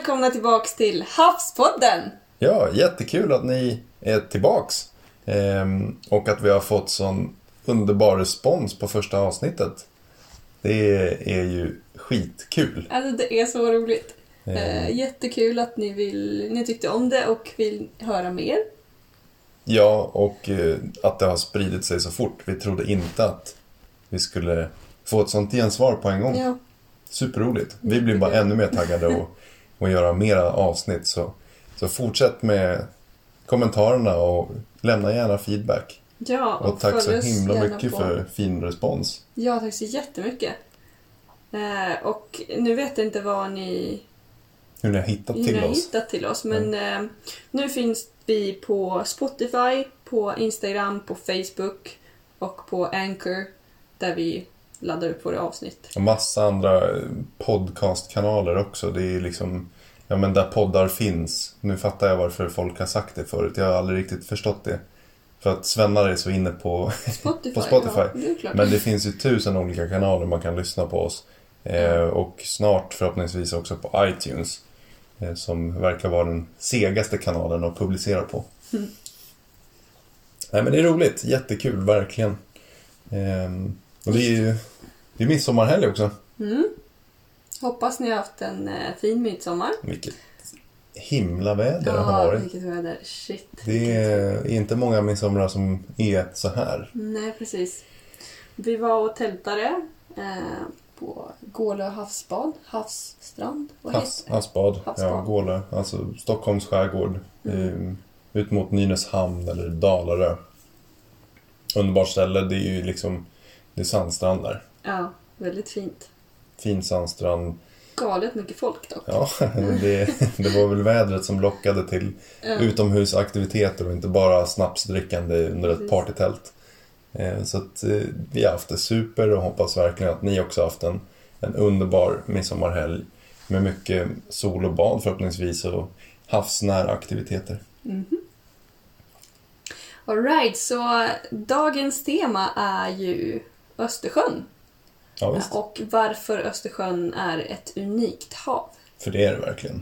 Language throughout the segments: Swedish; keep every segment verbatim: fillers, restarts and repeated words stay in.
välkomna tillbaks till Havspodden. Ja, jättekul att ni är tillbaks. Ehm, och att vi har fått sån underbar respons på första avsnittet. Det är ju skitkul. Alltså det är så roligt. Ehm. Eh, jättekul att ni, vill, ni tyckte om det och vill höra mer. Ja, och eh, att det har spridit sig så fort. Vi trodde inte att vi skulle få ett sånt gensvar på en gång. Ja. Superroligt. Vi blir bara ännu mer taggade och, och göra mera avsnitt. Så, så fortsätt med kommentarerna och lämna gärna feedback. Ja, och, och tack så himla mycket på... för fin respons. Ja, tack så jättemycket. Eh, och nu vet jag inte vad ni... Hur ni har hittat hur till ni har oss. hittat till oss. Men eh, nu finns vi på Spotify, på Instagram, på Facebook och på Anchor. Där vi laddar upp våra avsnitt. Och massa andra podcastkanaler också. Det är liksom, ja men där poddar finns. Nu fattar jag varför folk har sagt det förut. Jag har aldrig riktigt förstått det. För att Svennar är så inne på Spotify. på Spotify. Ja, det är klart. Men det finns ju tusen olika kanaler man kan lyssna på oss. Eh, och snart förhoppningsvis också på iTunes. Eh, som verkar vara den segaste kanalen att publicera på. Mm. Nej men det är roligt. Jättekul, verkligen. Eh, och det är ju det är midsommarhelg också. Mm. Hoppas ni har haft en eh, fin midsommar. Vilket himla väder det ja, har varit. vilket väder. Shit. Det är inte många midsommar som är så här. Nej, precis. Vi var och tältade eh, på Gålö havsbad. Havsstrand. Vad Havs, heter det? havsbad. Havsbad. Ja, Gålö. Alltså Stockholms skärgård. Mm. Eh, ut mot Nynäshamn eller Dalarö. Underbart ställe. Det är ju liksom, det är sandstrand där. Ja, väldigt fint. Fin sandstrand. Galet mycket folk dock. Ja, det, det var väl vädret som lockade till ja. utomhusaktiviteter och inte bara snapsdrickande under ett partytält. Så att vi har haft det super och hoppas verkligen att ni också haft en, en underbar midsommarhelg med mycket sol och bad förhoppningsvis och havsnära aktiviteter. Mm-hmm. All right, så dagens tema är ju Östersjön. Ja, visst. Och varför Östersjön är ett unikt hav. För det är det verkligen.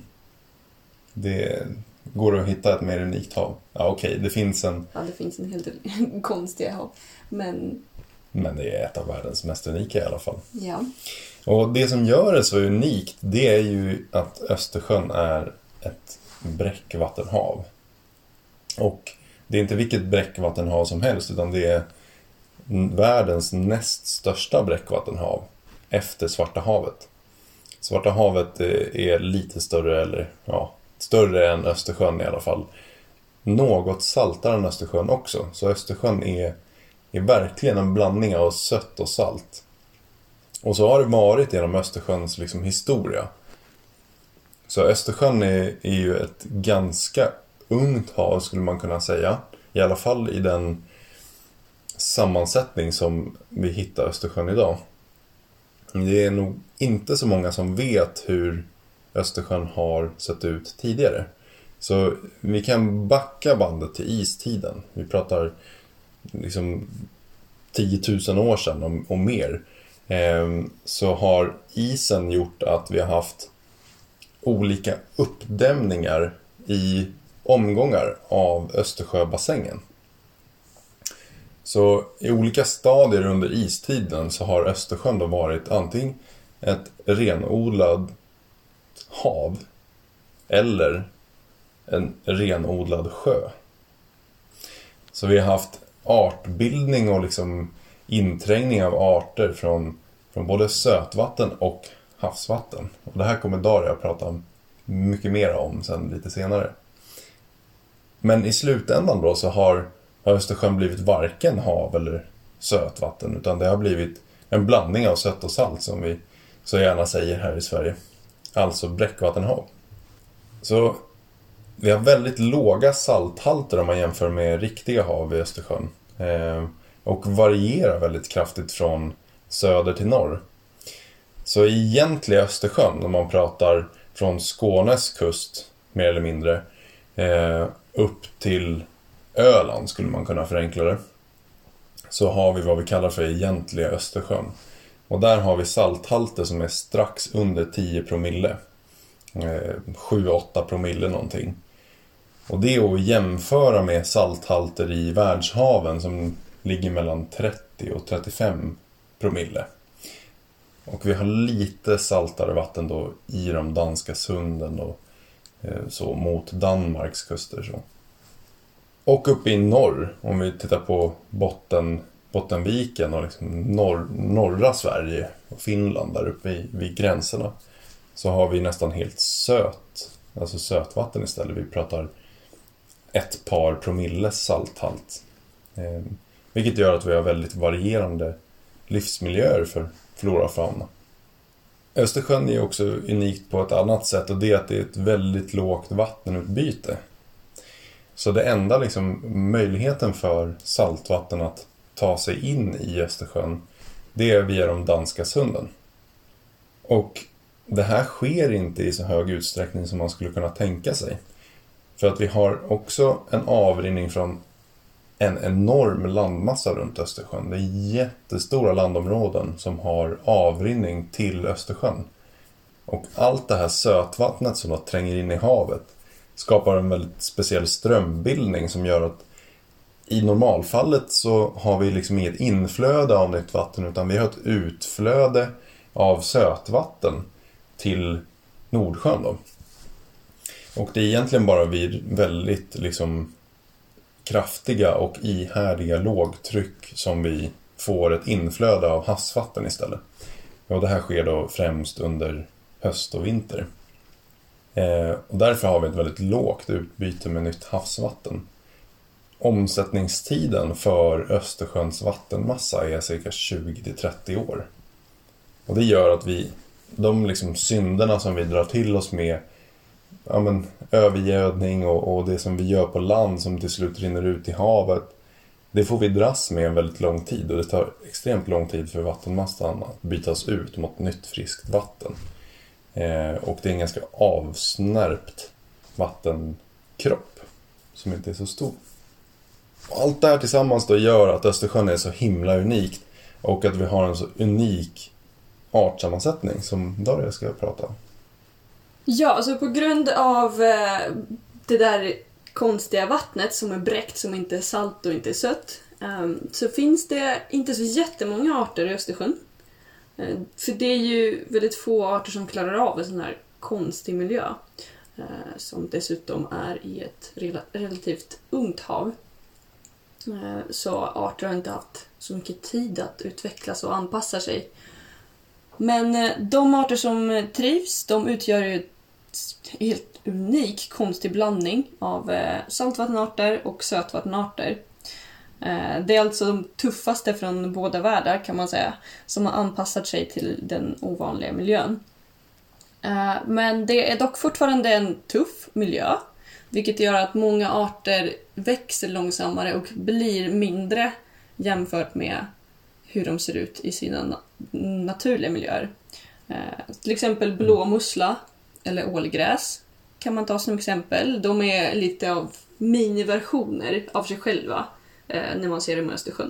Det går att hitta ett mer unikt hav. Ja, okej, okay, det finns en... Ja, det finns en helt konstiga hav. Men... Men det är ett av världens mest unika i alla fall. Ja. Och det som gör det så unikt, det är ju att Östersjön är ett bräckvattenhav. Och det är inte vilket bräckvattenhav som helst, utan det är världens näst största bräckvattenhav efter Svarta havet. Svarta havet är lite större, eller ja, större än Östersjön i alla fall. Något saltare än Östersjön också. Så Östersjön är, är verkligen en blandning av sött och salt. Och så har det varit genom Östersjöns liksom historia. Så Östersjön är, är ju ett ganska ungt hav skulle man kunna säga. I alla fall i den sammansättning som vi hittar Östersjön idag. Det är nog inte så många som vet hur Östersjön har sett ut tidigare. Så vi kan backa bandet till istiden. Vi pratar liksom tio tusen år sedan och, och mer. Ehm, så har isen gjort att vi har haft olika uppdämningar i omgångar av Östersjöbassängen. Så i olika stadier under istiden så har Östersjön då varit antingen ett renodlad hav eller en renodlad sjö. Så vi har haft artbildning och liksom inträngning av arter från, från både sötvatten och havsvatten. Och det här kommer Daria att prata mycket mer om sen lite senare. Men i slutändan då så har Östersjön blivit varken hav eller sötvatten, utan det har blivit en blandning av sött och salt som vi så gärna säger här i Sverige. Alltså bräckvattenhav. Så vi har väldigt låga salthalter om man jämför med riktiga hav i Östersjön. Eh, och varierar väldigt kraftigt från söder till norr. Så i egentliga Östersjön, om man pratar från Skånes kust mer eller mindre eh, upp till Öland skulle man kunna förenkla det, så har vi vad vi kallar för egentliga Östersjön. Och där har vi salthalter som är strax under tio promille. sju åtta promille någonting. Och det är att jämföra med salthalter i världshaven som ligger mellan trettio och trettiofem promille. Och vi har lite saltare vatten då i de danska sunden och så mot Danmarks kuster. Så. Och uppe i norr, om vi tittar på botten, Bottenviken och liksom norr, norra Sverige och Finland där uppe vid, vid gränserna, så har vi nästan helt söt, alltså sötvatten istället. Vi pratar ett par promilles salthalt. Eh, vilket gör att vi har väldigt varierande livsmiljöer för flora och fauna. Östersjön är också unikt på ett annat sätt, och det är att det är ett väldigt lågt vattenutbyte. Så det enda liksom möjligheten för saltvatten att ta sig in i Östersjön, det är via de danska sunden. Och det här sker inte i så hög utsträckning som man skulle kunna tänka sig. För att vi har också en avrinning från en enorm landmassa runt Östersjön. Det är jättestora landområden som har avrinning till Östersjön. Och allt det här sötvattnet som då tränger in i havet skapar en väldigt speciell strömbildning som gör att i normalfallet så har vi liksom inget inflöde av nytt vatten, utan vi har ett utflöde av sötvatten till Nordsjön då. Och det är egentligen bara vid väldigt liksom kraftiga och ihärdiga lågtryck som vi får ett inflöde av havsvatten istället. Och det här sker då främst under höst och vinter. Eh, och därför har vi ett väldigt lågt utbyte med nytt havsvatten. Omsättningstiden för Östersjöns vattenmassa är cirka tjugo till trettio år. Och det gör att vi, de liksom synderna som vi drar till oss med, ja men, övergödning och, och det som vi gör på land som till slut rinner ut i havet, det får vi dras med en väldigt lång tid, och det tar extremt lång tid för vattenmassan att bytas ut mot nytt friskt vatten. Eh, och det är en ganska avsnärpt vattenkropp som inte är så stor. Och allt det här tillsammans då gör att Östersjön är så himla unikt, och att vi har en så unik artsammansättning som Daria ska prata om. Ja, alltså på grund av eh, det där konstiga vattnet som är bräckt, som inte är salt och inte är sött, eh, så finns det inte så jättemånga arter i Östersjön. Eh, för det är ju väldigt få arter som klarar av en sån här konstig miljö, eh, som dessutom är i ett rel- relativt ungt hav. Eh, så arter har inte haft så mycket tid att utvecklas och anpassa sig. Men eh, de arter som trivs, de utgör ju ett helt unik konstig blandning av eh, saltvattenarter och sötvattenarter. Eh, det är alltså de tuffaste från båda världar, kan man säga, som har anpassat sig till den ovanliga miljön. Eh, men det är dock fortfarande en tuff miljö, vilket gör att många arter växer långsammare och blir mindre jämfört med hur de ser ut i sina na- naturliga miljöer. Eh, till exempel blåmussla eller ålgräs kan man ta som exempel. De är lite av miniversioner av sig själva eh, när man ser dem i Östersjön.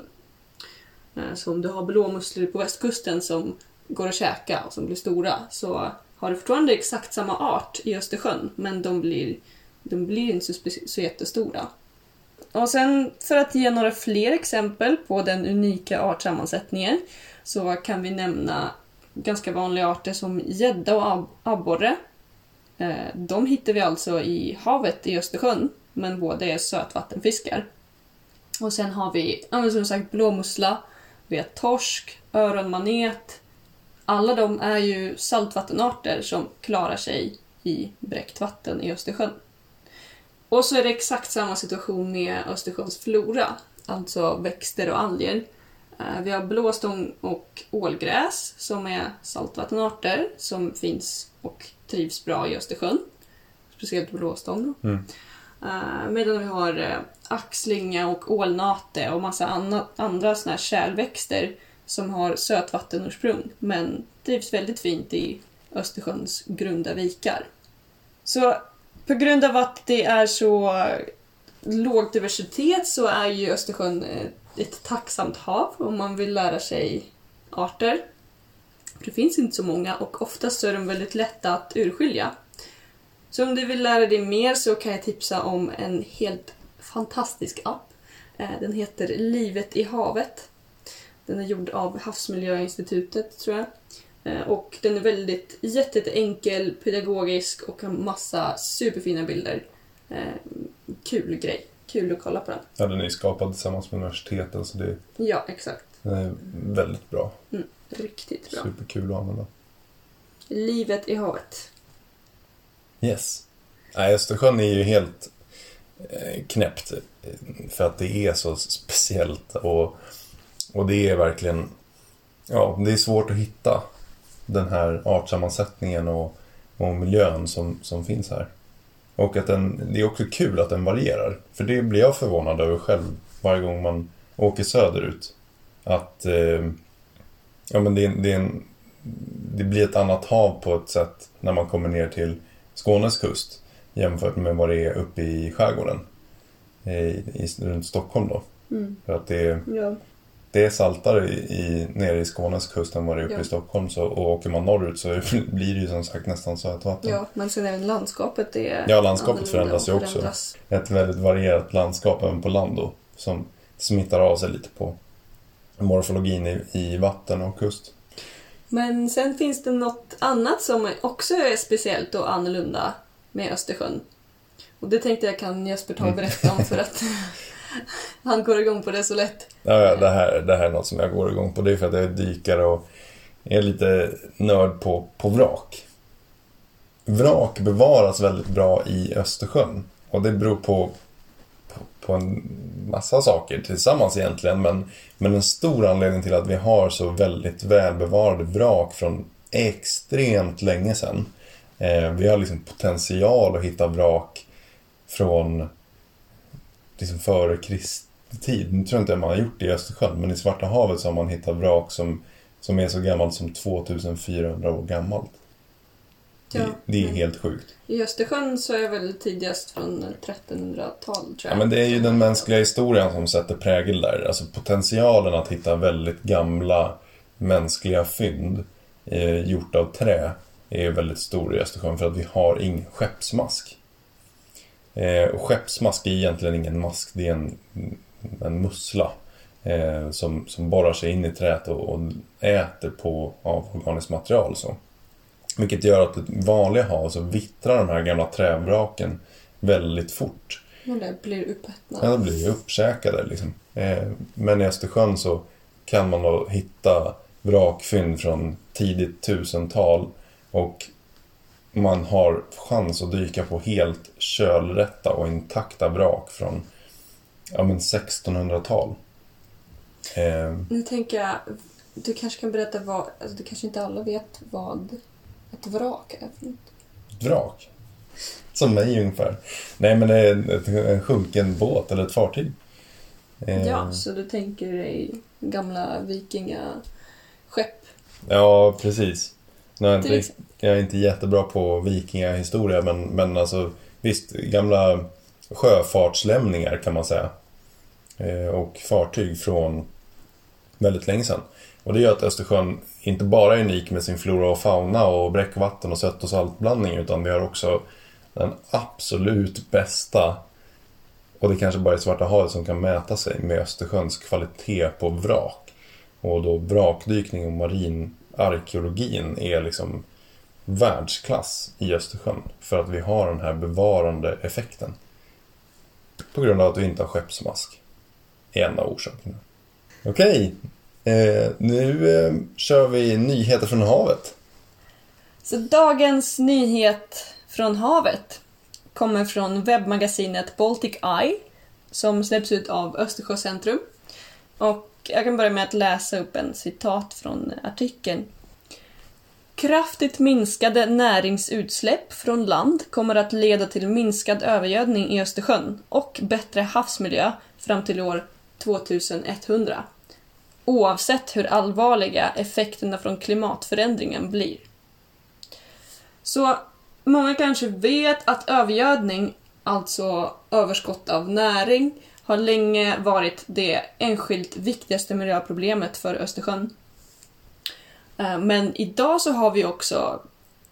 Eh, så om du har blåmusslor på västkusten som går att käka och som blir stora, så har du fortfarande exakt samma art i Östersjön, men de blir, de blir inte så, speci- så jättestora. Och sen, för att ge några fler exempel på den unika artsammansättningen, så kan vi nämna ganska vanliga arter som gädda och ab- abborre. Eh, de hittar vi alltså i havet i Östersjön, men båda är sötvattenfiskar. Och sen har vi, ja, som sagt, blåmussla, vi har torsk, öronmanet. Alla de är ju saltvattenarter som klarar sig i bräckt vatten i Östersjön. Och så är det exakt samma situation med Östersjöns flora, alltså växter och alger. Vi har blåstång och ålgräs som är saltvattenarter som finns och trivs bra i Östersjön. Speciellt blåstång. Mm. Medan vi har axlinga och ålnate och massa andra, andra såna här kärlväxter som har sötvattenursprung men trivs väldigt fint i Östersjöns grunda vikar. Så på grund av att det är så låg diversitet så är ju Östersjön ett tacksamt hav om man vill lära sig arter. Det finns inte så många och oftast så är de väldigt lätta att urskilja. Så om du vill lära dig mer så kan jag tipsa om en helt fantastisk app. Den heter Livet i havet. Den är gjord av Havsmiljöinstitutet, tror jag. Och den är väldigt jätteenkel, pedagogisk och har massa superfina bilder. Kul grej. Kul att kolla på den. Ja, den är skapad tillsammans med universiteten, så det Ja, exakt. den är väldigt bra. Mm, riktigt bra. Superkul att använda. Livet i havet. Yes. Nej, Östersjön är ju helt eh, knäppt. För att det är så speciellt. Och, och det är verkligen... Ja, det är svårt att hitta den här artsammansättningen och, och miljön som, som finns här. Och att den, det är också kul att den varierar. För det blir jag förvånad över själv varje gång man åker söderut. Att eh, ja, men det, det, är en, det blir ett annat hav på ett sätt när man kommer ner till Skånes kust jämfört med vad det är uppe i skärgården. I, i, runt Stockholm då. Mm. För att det, Ja. det är saltare i, i, nere i Skånes kust än vad det är uppe Ja. i Stockholm. Så, och åker man norrut så blir det ju som sagt nästan sötvatten. Ja, men sen även landskapet är Ja, landskapet annorlunda förändras ju och också. förändras. Ett väldigt varierat landskap även på land då, som smittar av sig lite på morfologin i, i vatten och kust. Men sen finns det något annat som också är speciellt och annorlunda med Östersjön. Och det tänkte jag kan Jesper ta och berätta om för att han går igång på det så lätt. Ja, ja det, här, det här är något som jag går igång på. Det är för att jag är dykare och är lite nörd på, på vrak. Vrak bevaras väldigt bra i Östersjön. Och det beror på, på, på en massa saker tillsammans egentligen. Men, men en stor anledning till att vi har så väldigt välbevarade vrak från extremt länge sedan. Eh, vi har liksom potential att hitta vrak från liksom före Kristi-tid. Nu tror jag inte att man har gjort det i Östersjön, men i Svarta havet så har man hittat vrak som, som är så gammalt som tvåtusenfyrahundra år gammalt. Det, Ja. det är helt sjukt. I Östersjön så är väl tidigast från trettonhundratal, tror jag. Ja, men det är ju den mänskliga historien som sätter prägel där. Alltså potentialen att hitta väldigt gamla mänskliga fynd eh, gjort av trä är väldigt stor i Östersjön för att vi har ingen skeppsmask. Eh, och skeppsmask är egentligen ingen mask, det är en, en mussla eh, som, som borrar sig in i träet och, och äter på av organiskt material. Så. Vilket gör att i vanliga hav så vittrar de här gamla trävraken väldigt fort. Och det blir uppätna. Ja, det blir uppkäkade liksom. Eh, men i Östersjön så kan man då hitta vrakfynd från tidigt tusental och man har chans att dyka på helt kölrätta och intakta vrak från ja, men sextonhundratal. Eh, Nu tänker jag, du kanske kan berätta vad, alltså det kanske inte alla vet vad ett vrak är för något. vrak. Som mig ungefär. Nej, men det är ett, en sjunken båt eller ett fartyg. Eh, Ja, så du tänker dig gamla vikingaskepp. Ja, precis. Nej, Till inte, exempel. jag är inte jättebra på vikingahistoria, men, men alltså, visst, gamla sjöfartslämningar kan man säga. Eh, och fartyg från väldigt länge sedan. Och det gör att Östersjön inte bara är unik med sin flora och fauna och bräckvatten och sött- och saltblandning, utan vi har också den absolut bästa, och det kanske bara är Svarta havet som kan mäta sig med Östersjöns kvalitet på vrak. Och då vrakdykning och marinarkeologin är liksom världsklass i Östersjön för att vi har den här bevarande effekten. På grund av att vi inte har skeppsmask. Är en av orsakerna. Okej, eh, nu eh, kör vi nyheter från havet. Så dagens nyhet från havet kommer från webbmagasinet Baltic Eye som släpps ut av Östersjöcentrum. Och jag kan börja med att läsa upp en citat från artikeln. Kraftigt minskade näringsutsläpp från land kommer att leda till minskad övergödning i Östersjön och bättre havsmiljö fram till år tjugohundra. Oavsett hur allvarliga effekterna från klimatförändringen blir. Så många kanske vet att övergödning, alltså överskott av näring, har länge varit det enskilt viktigaste miljöproblemet för Östersjön. Men idag så har vi också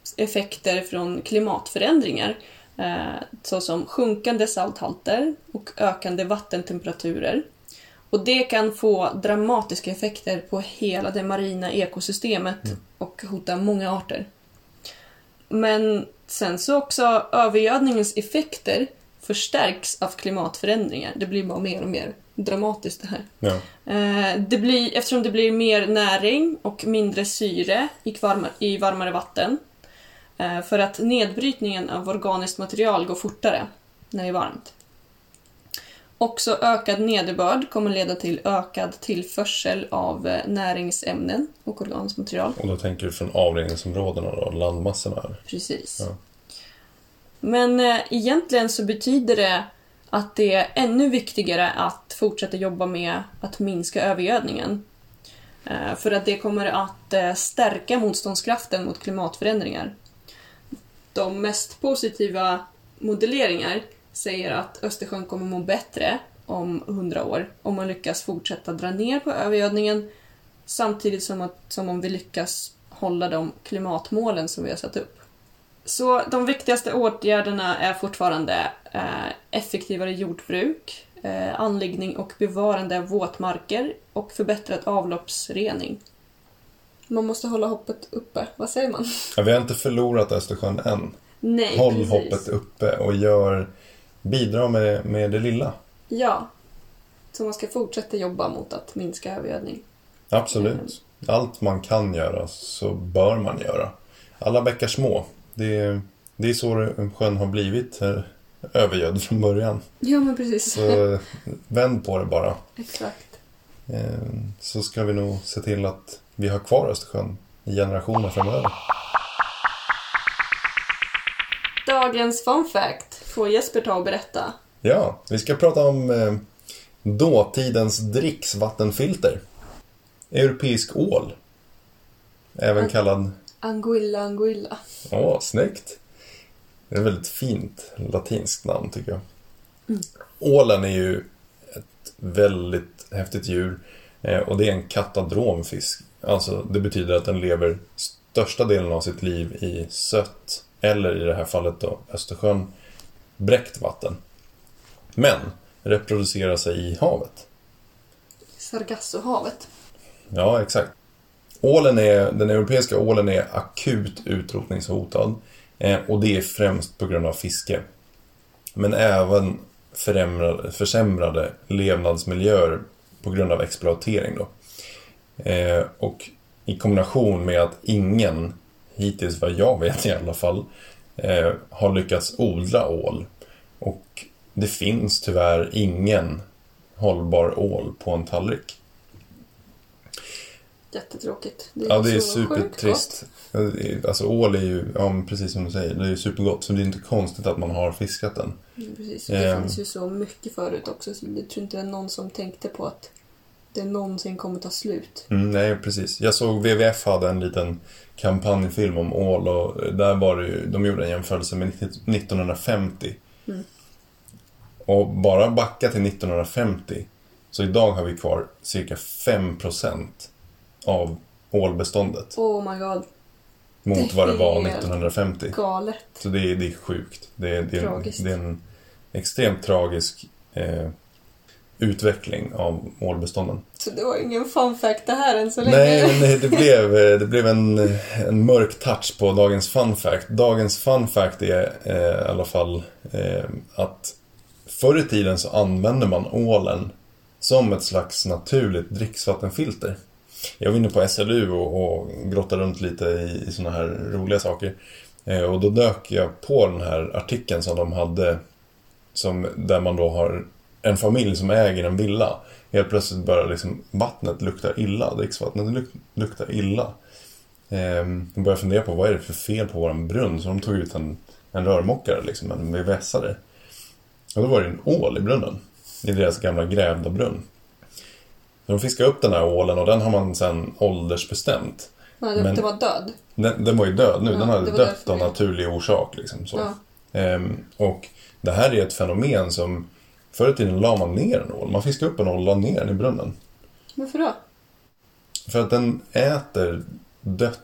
effekter från klimatförändringar, eh, såsom sjunkande salthalter och ökande vattentemperaturer. Och det kan få dramatiska effekter på hela det marina ekosystemet mm. och hota många arter. Men sen så också övergödningens effekter förstärks av klimatförändringar. Det blir bara mer och mer dramatiskt det här. Ja. Eh, det blir, eftersom det blir mer näring och mindre syre i, kvarma, i varmare vatten. Eh, för att nedbrytningen av organiskt material går fortare när det är varmt. Också ökad nederbörd kommer leda till ökad tillförsel av eh, näringsämnen och organiskt material. Och då tänker du från avrinningsområdena och landmassorna? Precis. Ja. Men eh, egentligen så betyder det att det är ännu viktigare att fortsätta jobba med att minska övergödningen. Eh, för att det kommer att eh, stärka motståndskraften mot klimatförändringar. De mest positiva modelleringar säger att Östersjön kommer må bättre om hundra år om man lyckas fortsätta dra ner på övergödningen samtidigt som, att, som om vi lyckas hålla de klimatmålen som vi har satt upp. Så de viktigaste åtgärderna är fortfarande eh, effektivare jordbruk, eh, anläggning och bevarande av våtmarker och förbättrad avloppsrening. Man måste hålla hoppet uppe, vad säger man? Ja, vi har inte förlorat Östersjön än. Nej, Håll precis. hoppet uppe och gör, bidra med, med det lilla. Ja, så man ska fortsätta jobba mot att minska övergödning. Absolut. Allt man kan göra så bör man göra. Alla bäckar små. Det är, det är så sjön har blivit övergödd från början. Ja, men precis. Så vänd på det bara. Exakt. Så ska vi nog se till att vi har kvar Östersjön i generationer framöver. Dagens fun fact får Jesper ta och berätta. Ja, vi ska prata om eh, dåtidens dricksvattenfilter. Europeisk ål. Även An- kallad... Anguilla, anguilla. Åh, snyggt. Det är ett väldigt fint latinskt namn tycker jag. Mm. Ålen är ju ett väldigt häftigt djur. Eh, och det är en katadromfisk. Alltså det betyder att den lever största delen av sitt liv i sött, eller i det här fallet då Östersjön, bräckt vatten. Men reproducerar sig i havet. Sargassohavet. Ja, exakt. Ålen är, den europeiska ålen är akut utrotningshotad. Eh, och det är främst på grund av fiske. Men även försämrade, försämrade levnadsmiljöer på grund av exploatering då. Eh, och i kombination med att ingen, hittills vad jag vet i alla fall, eh, har lyckats odla ål. Och det finns tyvärr ingen hållbar ål på en tallrik. Jättetråkigt. Det är ja, det är så supertrist. Alltså ål är ju, ja, precis som du säger, det är ju supergott. Så det är inte konstigt att man har fiskat den. Mm, precis, det eh. fanns ju så mycket förut också. Så jag tror inte det är någon som tänkte på att det någonsin kommer ta slut. Mm, nej, precis. Jag såg W W F hade en liten kampanjfilm om ål. Och där var det ju, de gjorde en jämförelse med nittonhundrafemtio. Mm. Och bara backa till nittonhundrafemtio. Så idag har vi kvar cirka fem procent av ålbeståndet. Oh my god. Mot det vad det var nittonhundrafemtio. Galet. Så det är, det är sjukt. Det är, det är, Tragiskt. det är en extremt tragisk eh, utveckling av ålbestånden. Så det var ingen fun fact det här än så länge. Nej, nej det blev, det blev en, en mörk touch på dagens fun fact. Dagens fun fact är eh, i alla fall eh, att förr i tiden så använde man ålen som ett slags naturligt dricksvattenfilter. Jag var inne på S L U och, och grottade runt lite i, i såna här roliga saker. Eh, och då dök jag på den här artikeln som de hade, som, där man då har en familj som äger en villa. Helt plötsligt börjar liksom vattnet lukta illa, dricksvattnet luk- luktar illa. Eh, de började fundera på vad är det för fel på våran brunn, så de tog ut en, en rörmokare liksom, en V V S-are. Och då var det en ål i brunnen, i deras gamla grävda brunn. De fiskade upp den här ålen och den har man sedan åldersbestämt. Ja, det, Men det var död. Den, den var ju död nu, Ja, den hade det dött av jag... naturlig orsak. Liksom, så. Ja. Ehm, och det här är ett fenomen som förr i tiden la man ner en ål. Man fiskade upp en ål och la ner den i brunnen. Varför då? För att den äter dött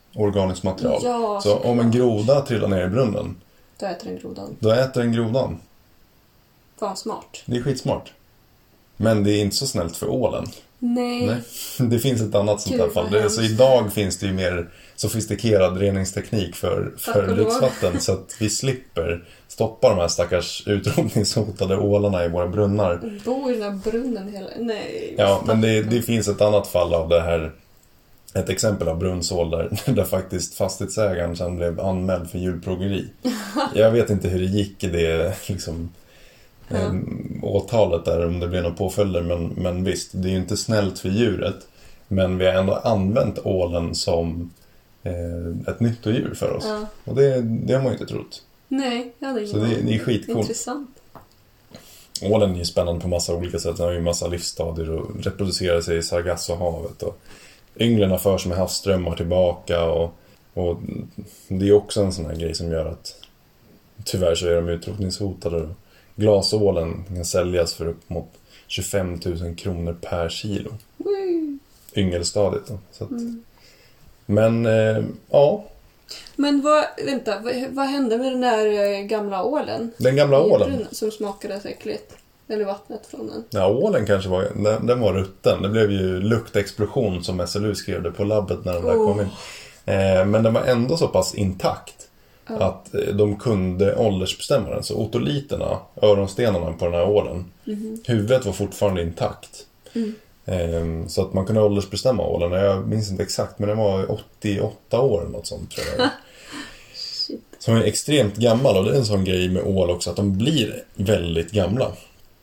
organiskt material. Ja, så om en groda trillar ner i brunnen, då äter den grodan. Då äter den grodan. Fan smart. Det är skitsmart. Men det är inte så snällt för ålen. Nej. Nej. Det finns ett annat sånt Gud, här vad fall. Det, hemskt. så idag finns det ju mer sofistikerad reningsteknik för, för och lov. dricksvatten. Så att vi slipper stoppa de här stackars utrotningshotade ålarna i våra brunnar. Bor i den här brunnen hela... Nej. Ja, men det, det finns ett annat fall av det här. Ett exempel av brunnsål där, där faktiskt fastighetsägaren sen blev anmäld för djurplågeri. Jag vet inte hur det gick i det liksom, Ja. eh, åtalet där, om det blev några påföljder. Men, men visst, det är ju inte snällt för djuret. Men vi har ändå använt ålen som eh, ett nyttodjur för oss. Ja. Och det, det har man ju inte trott. Nej, jag hade ingen Så det, aning. det är skitcoolt. Intressant. Ålen är ju spännande på massa olika sätt. Den har ju massa livsstadier och reproducerar sig i Sargassohavet. Och ynglen för sig med havsströmmar tillbaka. Och, och det är också en sån här grej som gör att tyvärr så är de utrotningshotade. Glasålen kan säljas för upp mot tjugofem tusen kronor per kilo. Woo. Yngelstadiet då. Så att, Mm. men eh, ja, Men vad, vänta, vad, vad hände med den där eh, gamla ålen? den gamla I ålen. brunnen, som smakade så äckligt. Eller vattnet från den. Ja, ålen kanske var, den, den var rutten. Det blev ju luktexplosion som S L U skrev det på labbet när den där Oh. kom in. Eh, men den var ändå så pass intakt Ja. att eh, de kunde åldersbestämma den. Så otoliterna, öronstenarna på den här ålen, Mhm. huvudet var fortfarande intakt. Mm. Eh, så att man kunde åldersbestämma ålen. Jag minns inte exakt, men den var åttioåtta år eller något sånt tror jag. Shit. Som är extremt gammal, och det är en sån grej med ål också, att de blir väldigt gamla.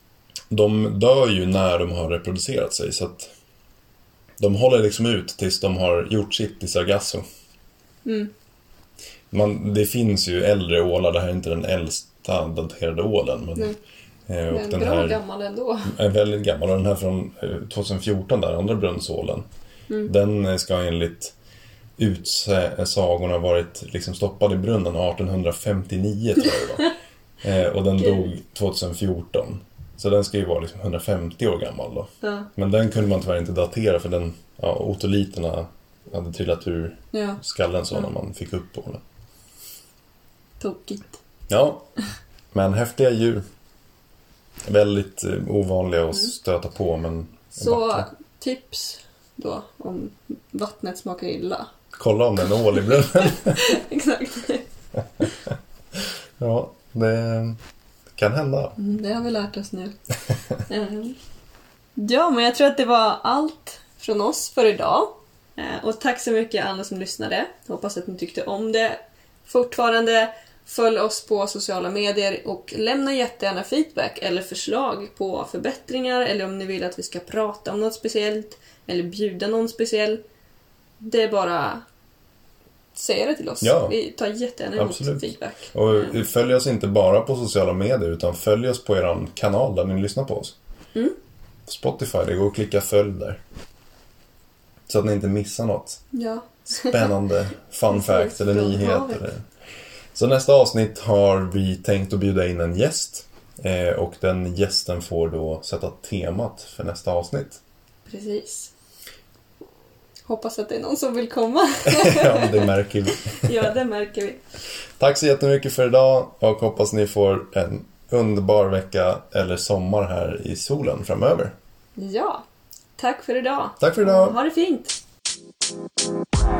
De dör ju när de har reproducerat sig, så att de håller liksom ut tills de har gjort sitt i Sargasso. Mm. Man, det finns ju äldre ålar, det här är inte den äldsta daterade ålen. Men, Nej. eh, och Men den bra här gammal ändå. är väldigt gammal, och den här från eh, tjugohundrafjorton, där andra brunnsålen, Mm. den eh, ska enligt utsagorna varit liksom stoppad i brunnen artonhundrafemtionio tror jag det var. eh, och den Gud. dog tjugohundrafjorton. Så den ska ju vara liksom hundrafemtio år gammal då. Ja. Men den kunde man tyvärr inte datera, för den, ja, otoliterna hade trillat ur Ja. skallen så Ja. när man fick upp på den. Tokigt. Ja, men häftiga djur. Väldigt eh, ovanliga att stöta på, men Så vackra. tips då om vattnet smakar illa. Kolla om det är en ål i brunnen. Exakt. Ja, det kan hända. Mm, det har vi lärt oss nu. Mm. Ja, men jag tror att det var allt från oss för idag. Eh, Och tack så mycket alla som lyssnade. Hoppas att ni tyckte om det. Fortfarande följ oss på sociala medier och lämna jättegärna feedback eller förslag på förbättringar, eller om ni vill att vi ska prata om något speciellt eller bjuda någon speciell. Det är bara säga det till oss. Ja, Vi tar jättegärna emot absolut. feedback. Och följ oss inte bara på sociala medier, utan följ oss på er kanal där ni lyssnar på oss. Mm. Spotify, det går att klicka följ där. Så att ni inte missar något Ja. spännande fun fact eller Från nyheter. havet. Så nästa avsnitt har vi tänkt att bjuda in en gäst. Eh, och den gästen får då sätta temat för nästa avsnitt. Precis. Hoppas att det är någon som vill komma. Ja, det märker vi. Ja, det märker vi. Tack så jättemycket för idag, och hoppas ni får en underbar vecka eller sommar här i solen framöver. Ja, tack för idag. Tack för idag. Ha det fint.